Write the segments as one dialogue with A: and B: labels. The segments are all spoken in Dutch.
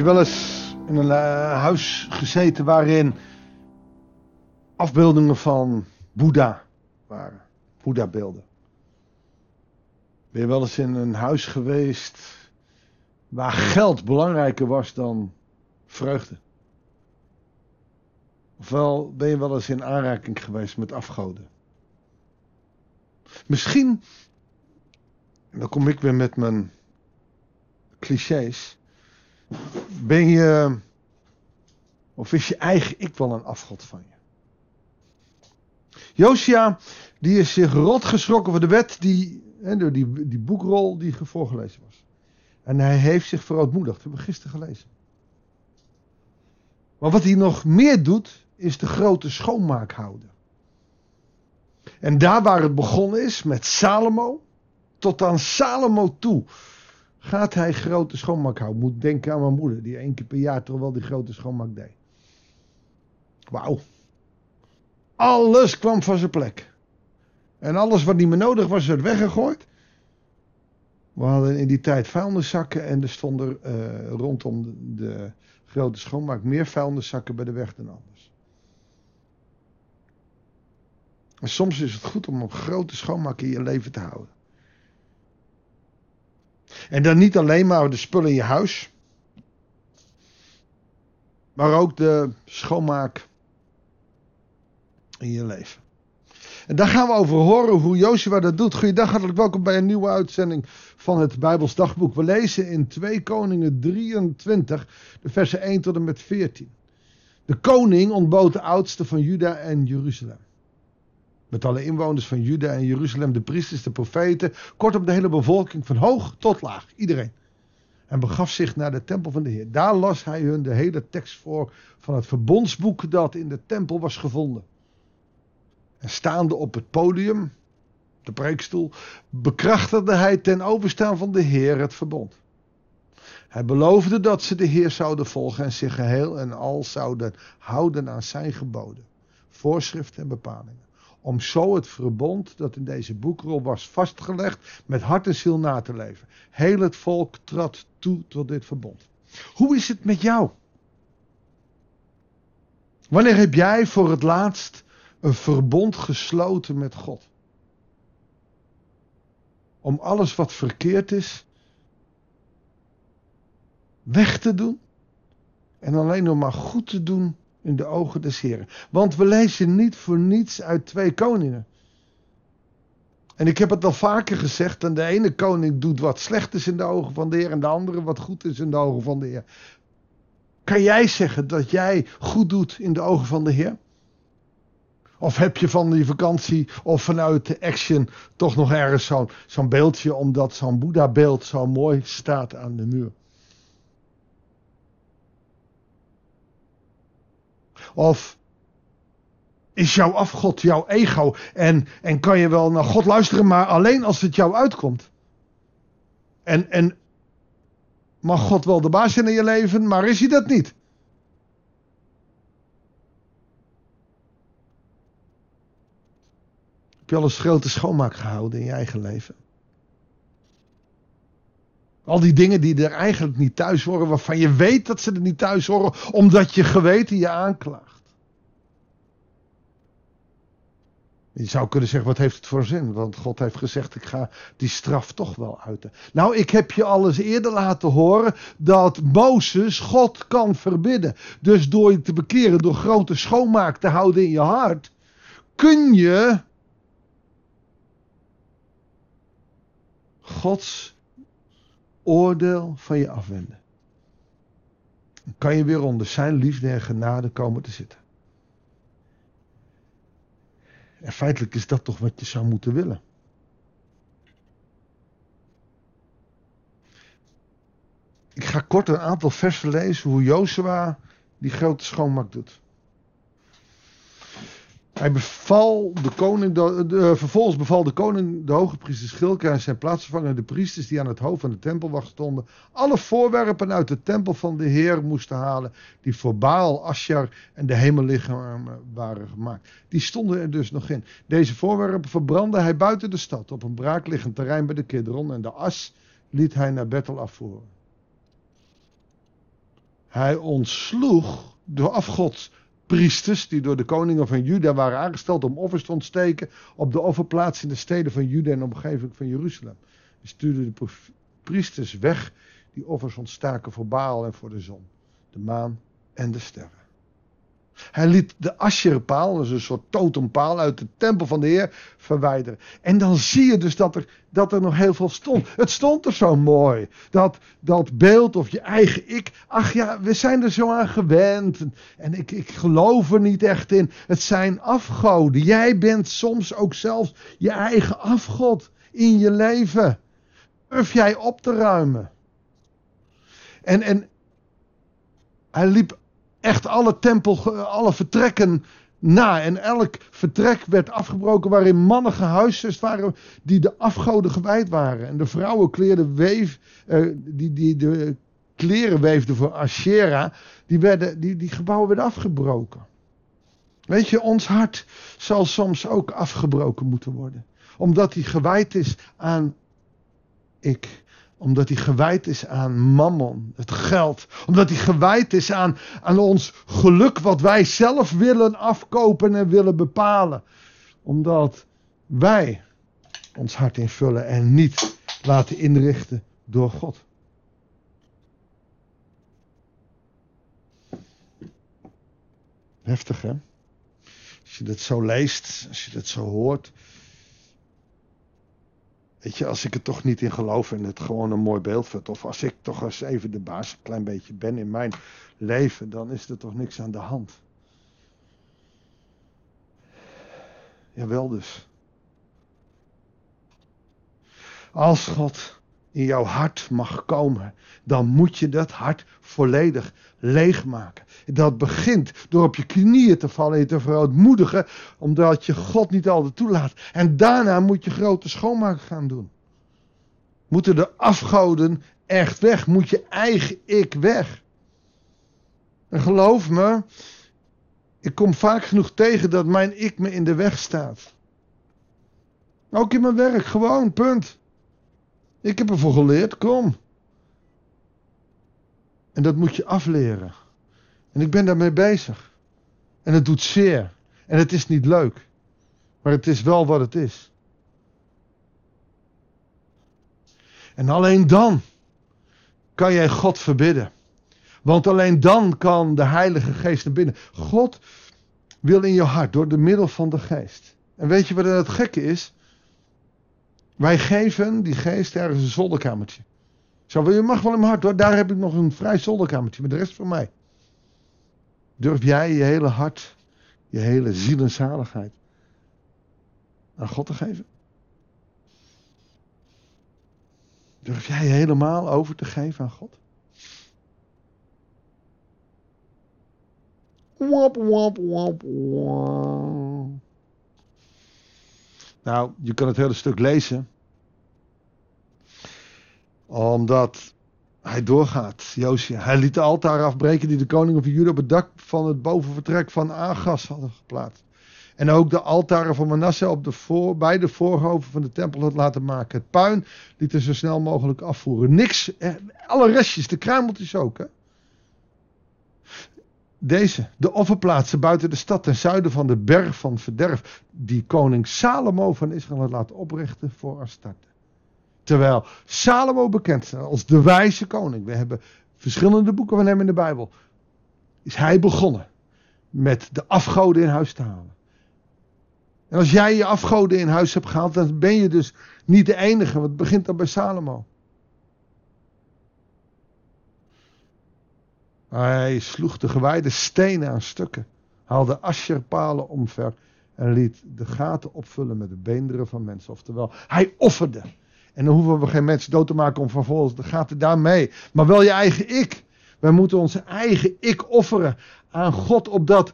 A: wel eens in een huis gezeten waarin afbeeldingen van Boeddha waren? Boeddha-beelden. Ben je wel eens in een huis geweest waar geld belangrijker was dan vreugde? Ofwel ben je wel eens in aanraking geweest met afgoden? Misschien, en dan kom ik weer met mijn clichés, ben je, of is je eigen ik wel een afgod van je? Josia, die is zich rot geschrokken voor de wet, door die boekrol die voorgelezen was. En hij heeft zich verootmoedigd, dat hebben we gisteren gelezen. Maar wat hij nog meer doet, is de grote schoonmaak houden. En daar waar het begonnen is, met Salomo, tot aan Salomo toe, gaat hij grote schoonmaak houden. Moet denken aan mijn moeder, die 1 keer per jaar toch wel die grote schoonmaak deed. Wauw. Alles kwam van zijn plek. En alles wat niet meer nodig was, werd weggegooid. We hadden in die tijd vuilniszakken en er stonden rondom de grote schoonmaak meer vuilniszakken bij de weg dan anders. En soms is het goed om een grote schoonmaak in je leven te houden. En dan niet alleen maar de spullen in je huis, maar ook de schoonmaak in je leven. En daar gaan we over horen hoe Jozua dat doet. Goeiedag, hartelijk welkom bij een nieuwe uitzending van het Bijbels Dagboek. We lezen in 2 Koningen 23, de versen 1 tot en met 14. De koning ontbood de oudste van Juda en Jeruzalem. Met alle inwoners van Juda en Jeruzalem, de priesters, de profeten, kortom de hele bevolking van hoog tot laag, iedereen. En begaf zich naar de tempel van de Heer. Daar las hij hun de hele tekst voor van het verbondsboek dat in de tempel was gevonden. En staande op het podium, de preekstoel, bekrachtigde hij ten overstaan van de Heer het verbond. Hij beloofde dat ze de Heer zouden volgen en zich geheel en al zouden houden aan zijn geboden, voorschriften en bepalingen. Om zo het verbond dat in deze boekrol was vastgelegd met hart en ziel na te leven. Heel het volk trad toe tot dit verbond. Hoe is het met jou? Wanneer heb jij voor het laatst een verbond gesloten met God? Om alles wat verkeerd is weg te doen en alleen nog maar goed te doen in de ogen des Heren. Want we lezen niet voor niets uit 2 Koningen. En ik heb het al vaker gezegd, en de ene koning doet wat slecht is in de ogen van de Heer en de andere wat goed is in de ogen van de Heer. Kan jij zeggen dat jij goed doet in de ogen van de Heer? Of heb je van die vakantie of vanuit de Action toch nog ergens zo'n beeldje, omdat zo'n Boeddha-beeld zo mooi staat aan de muur? Of is jouw afgod jouw ego en kan je wel naar God luisteren, maar alleen als het jou uitkomt? En mag God wel de baas zijn in je leven, maar is hij dat niet? Heb je al eens grote schoonmaak gehouden in je eigen leven? Al die dingen die er eigenlijk niet thuis horen, waarvan je weet dat ze er niet thuis horen, omdat je geweten je aanklaagt. Je zou kunnen zeggen, wat heeft het voor zin? Want God heeft gezegd, ik ga die straf toch wel uiten. Nou, ik heb je al eens eerder laten horen dat Mozes God kan verbidden. Dus door je te bekeren, door grote schoonmaak te houden in je hart, kun je Gods oordeel van je afwenden. Dan kan je weer onder zijn liefde en genade komen te zitten. En feitelijk is dat toch wat je zou moeten willen. Ik ga kort een aantal versen lezen hoe Jozua die grote schoonmaak doet. Hij beval de koning, vervolgens beval de koning de hoge priester Schilka en zijn plaatsvervanger de priesters die aan het hoofd van de tempelwacht stonden, alle voorwerpen uit de tempel van de Heer moesten halen die voor Baal, Asjar en de hemellichamen waren gemaakt. Die stonden er dus nog in. Deze voorwerpen verbrandde hij buiten de stad op een braakliggend terrein bij de Kidron en de as liet hij naar Bethel afvoeren. Hij ontsloeg de afgodspriesters die door de koningen van Juda waren aangesteld om offers te ontsteken op de offerplaats in de steden van Juda en omgeving van Jeruzalem. Hij stuurde de priesters weg die offers ontstaken voor Baal en voor de zon, de maan en de sterren. Hij liet de Asherpaal, dat is een soort totempaal, uit de tempel van de Heer verwijderen. En dan zie je dus dat er nog heel veel stond. Het stond er zo mooi. Dat beeld of je eigen ik. Ach ja, we zijn er zo aan gewend. En ik geloof er niet echt in. Het zijn afgoden. Jij bent soms ook zelfs je eigen afgod in je leven. Durf jij op te ruimen. En hij liep echt alle vertrekken na. En elk vertrek werd afgebroken waarin mannen gehuisvest waren die de afgoden gewijd waren. En de vrouwen die de kleren weefden voor Asherah, die gebouwen werden afgebroken. Weet je, ons hart zal soms ook afgebroken moeten worden. Omdat hij gewijd is aan ik. Omdat hij gewijd is aan mammon, het geld. Omdat hij gewijd is aan ons geluk wat wij zelf willen afkopen en willen bepalen. Omdat wij ons hart invullen en niet laten inrichten door God. Heftig, hè? Als je dat zo leest, als je dat zo hoort. Weet je, als ik er toch niet in geloof en het gewoon een mooi beeld vind. Of als ik toch eens even de baas een klein beetje ben in mijn leven. Dan is er toch niks aan de hand. Jawel dus. Als God in jouw hart mag komen. Dan moet je dat hart volledig leegmaken. Dat begint door op je knieën te vallen en je te verootmoedigen. Omdat je God niet altijd toelaat. En daarna moet je grote schoonmaak gaan doen. Moeten de afgoden echt weg? Moet je eigen ik weg? En geloof me, ik kom vaak genoeg tegen dat mijn ik me in de weg staat. Ook in mijn werk, gewoon, punt. Ik heb ervoor geleerd, kom. En dat moet je afleren. En ik ben daarmee bezig. En het doet zeer. En het is niet leuk. Maar het is wel wat het is. En alleen dan kan jij God verbidden. Want alleen dan kan de Heilige Geest naar binnen. God wil in je hart door de middel van de Geest. En weet je wat het gekke is? Wij geven die Geest ergens een zolderkamertje. Zo, je mag wel in mijn hart hoor. Daar heb ik nog een vrij zolderkamertje. Maar de rest van mij. Durf jij je hele hart, je hele ziel en zaligheid aan God te geven? Durf jij je helemaal over te geven aan God? Wap, wap, wap, wap. Nou, je kan het hele stuk lezen. Omdat hij doorgaat, Josia. Hij liet de altaren afbreken die de koningen van Juda op het dak van het bovenvertrek van Agas hadden geplaatst. En ook de altaren van Manasseh op beide voorhoven van de tempel had laten maken. Het puin liet er zo snel mogelijk afvoeren. Niks, alle restjes, de kruimeltjes ook. Hè? De offerplaatsen buiten de stad ten zuiden van de berg van verderf. Die koning Salomo van Israël had laten oprichten voor Astarte. Terwijl Salomo bekend staat als de wijze koning. We hebben verschillende boeken van hem in de Bijbel. Is hij begonnen met de afgoden in huis te halen. En als jij je afgoden in huis hebt gehaald, dan ben je dus niet de enige. Want het begint dan bij Salomo. Hij sloeg de gewijde stenen aan stukken. Haalde Asherpalen omver. En liet de gaten opvullen met de beenderen van mensen. Oftewel, hij offerde. En dan hoeven we geen mensen dood te maken om vervolgens de gaten daarmee. Maar wel je eigen ik. Wij moeten onze eigen ik offeren aan God. Opdat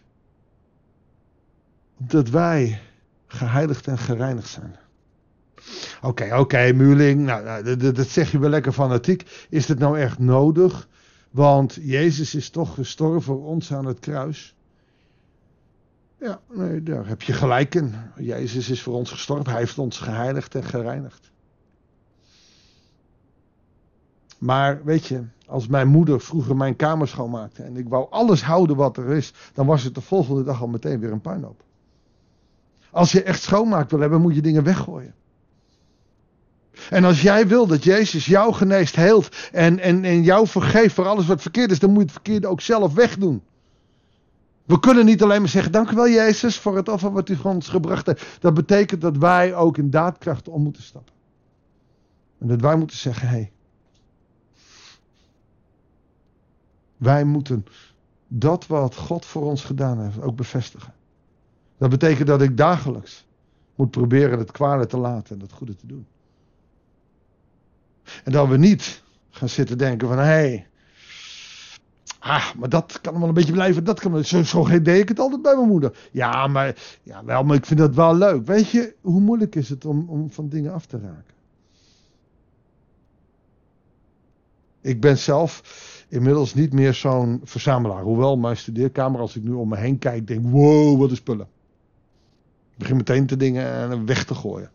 A: wij geheiligd en gereinigd zijn. Oké, Muurling. Nou, dat zeg je wel lekker fanatiek. Is het nou echt nodig? Want Jezus is toch gestorven voor ons aan het kruis. Ja, nee, daar heb je gelijk in. Jezus is voor ons gestorven. Hij heeft ons geheiligd en gereinigd. Maar weet je, als mijn moeder vroeger mijn kamer schoonmaakte en ik wou alles houden wat er is, dan was het de volgende dag al meteen weer een puinhoop. Als je echt schoonmaak wil hebben, moet je dingen weggooien. En als jij wil dat Jezus jou geneest, heelt en jou vergeeft voor alles wat verkeerd is, dan moet je het verkeerde ook zelf wegdoen. We kunnen niet alleen maar zeggen, dank u wel Jezus voor het offer wat u voor ons gebracht hebt. Dat betekent dat wij ook in daadkracht om moeten stappen. En dat wij moeten zeggen, hé. Wij moeten dat wat God voor ons gedaan heeft ook bevestigen. Dat betekent dat ik dagelijks moet proberen het kwade te laten en het goede te doen. En dat we niet gaan zitten denken van, maar dat kan wel een beetje blijven. Dat kan, zo deed ik het altijd bij mijn moeder. Ja, maar ik vind dat wel leuk. Weet je, hoe moeilijk is het om van dingen af te raken? Ik ben zelf inmiddels niet meer zo'n verzamelaar. Hoewel mijn studeerkamer, als ik nu om me heen kijk, denk, wow, wat een spullen. Ik begin meteen te dingen en weg te gooien.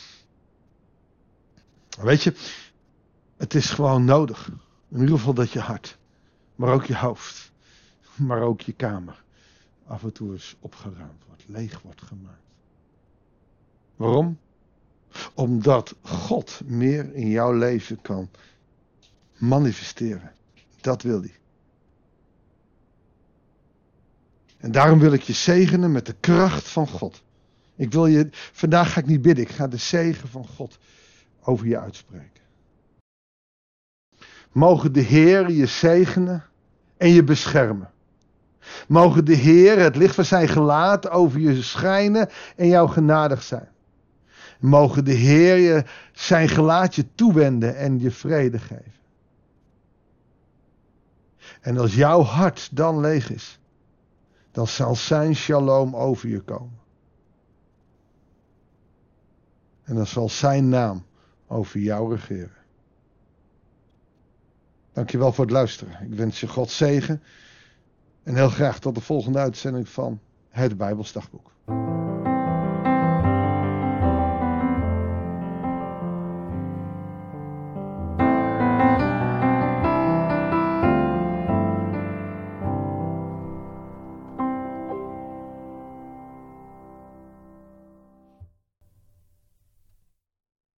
A: Weet je, het is gewoon nodig. In ieder geval dat je hart, maar ook je hoofd, maar ook je kamer af en toe eens opgeruimd wordt, leeg wordt gemaakt. Waarom? Omdat God meer in jouw leven kan manifesteren. Dat wil hij. En daarom wil ik je zegenen met de kracht van God. Vandaag ga ik niet bidden, ik ga de zegen van God over je uitspreken. Mogen de Heer je zegenen en je beschermen. Mogen de Heer het licht van zijn gelaat over je schijnen en jou genadig zijn. Mogen de Heer je zijn gelaat je toewenden en je vrede geven. En als jouw hart dan leeg is, dan zal zijn shalom over je komen. En dan zal zijn naam over jou regeren. Dankjewel voor het luisteren. Ik wens je God zegen. En heel graag tot de volgende uitzending van het Bijbels Dagboek.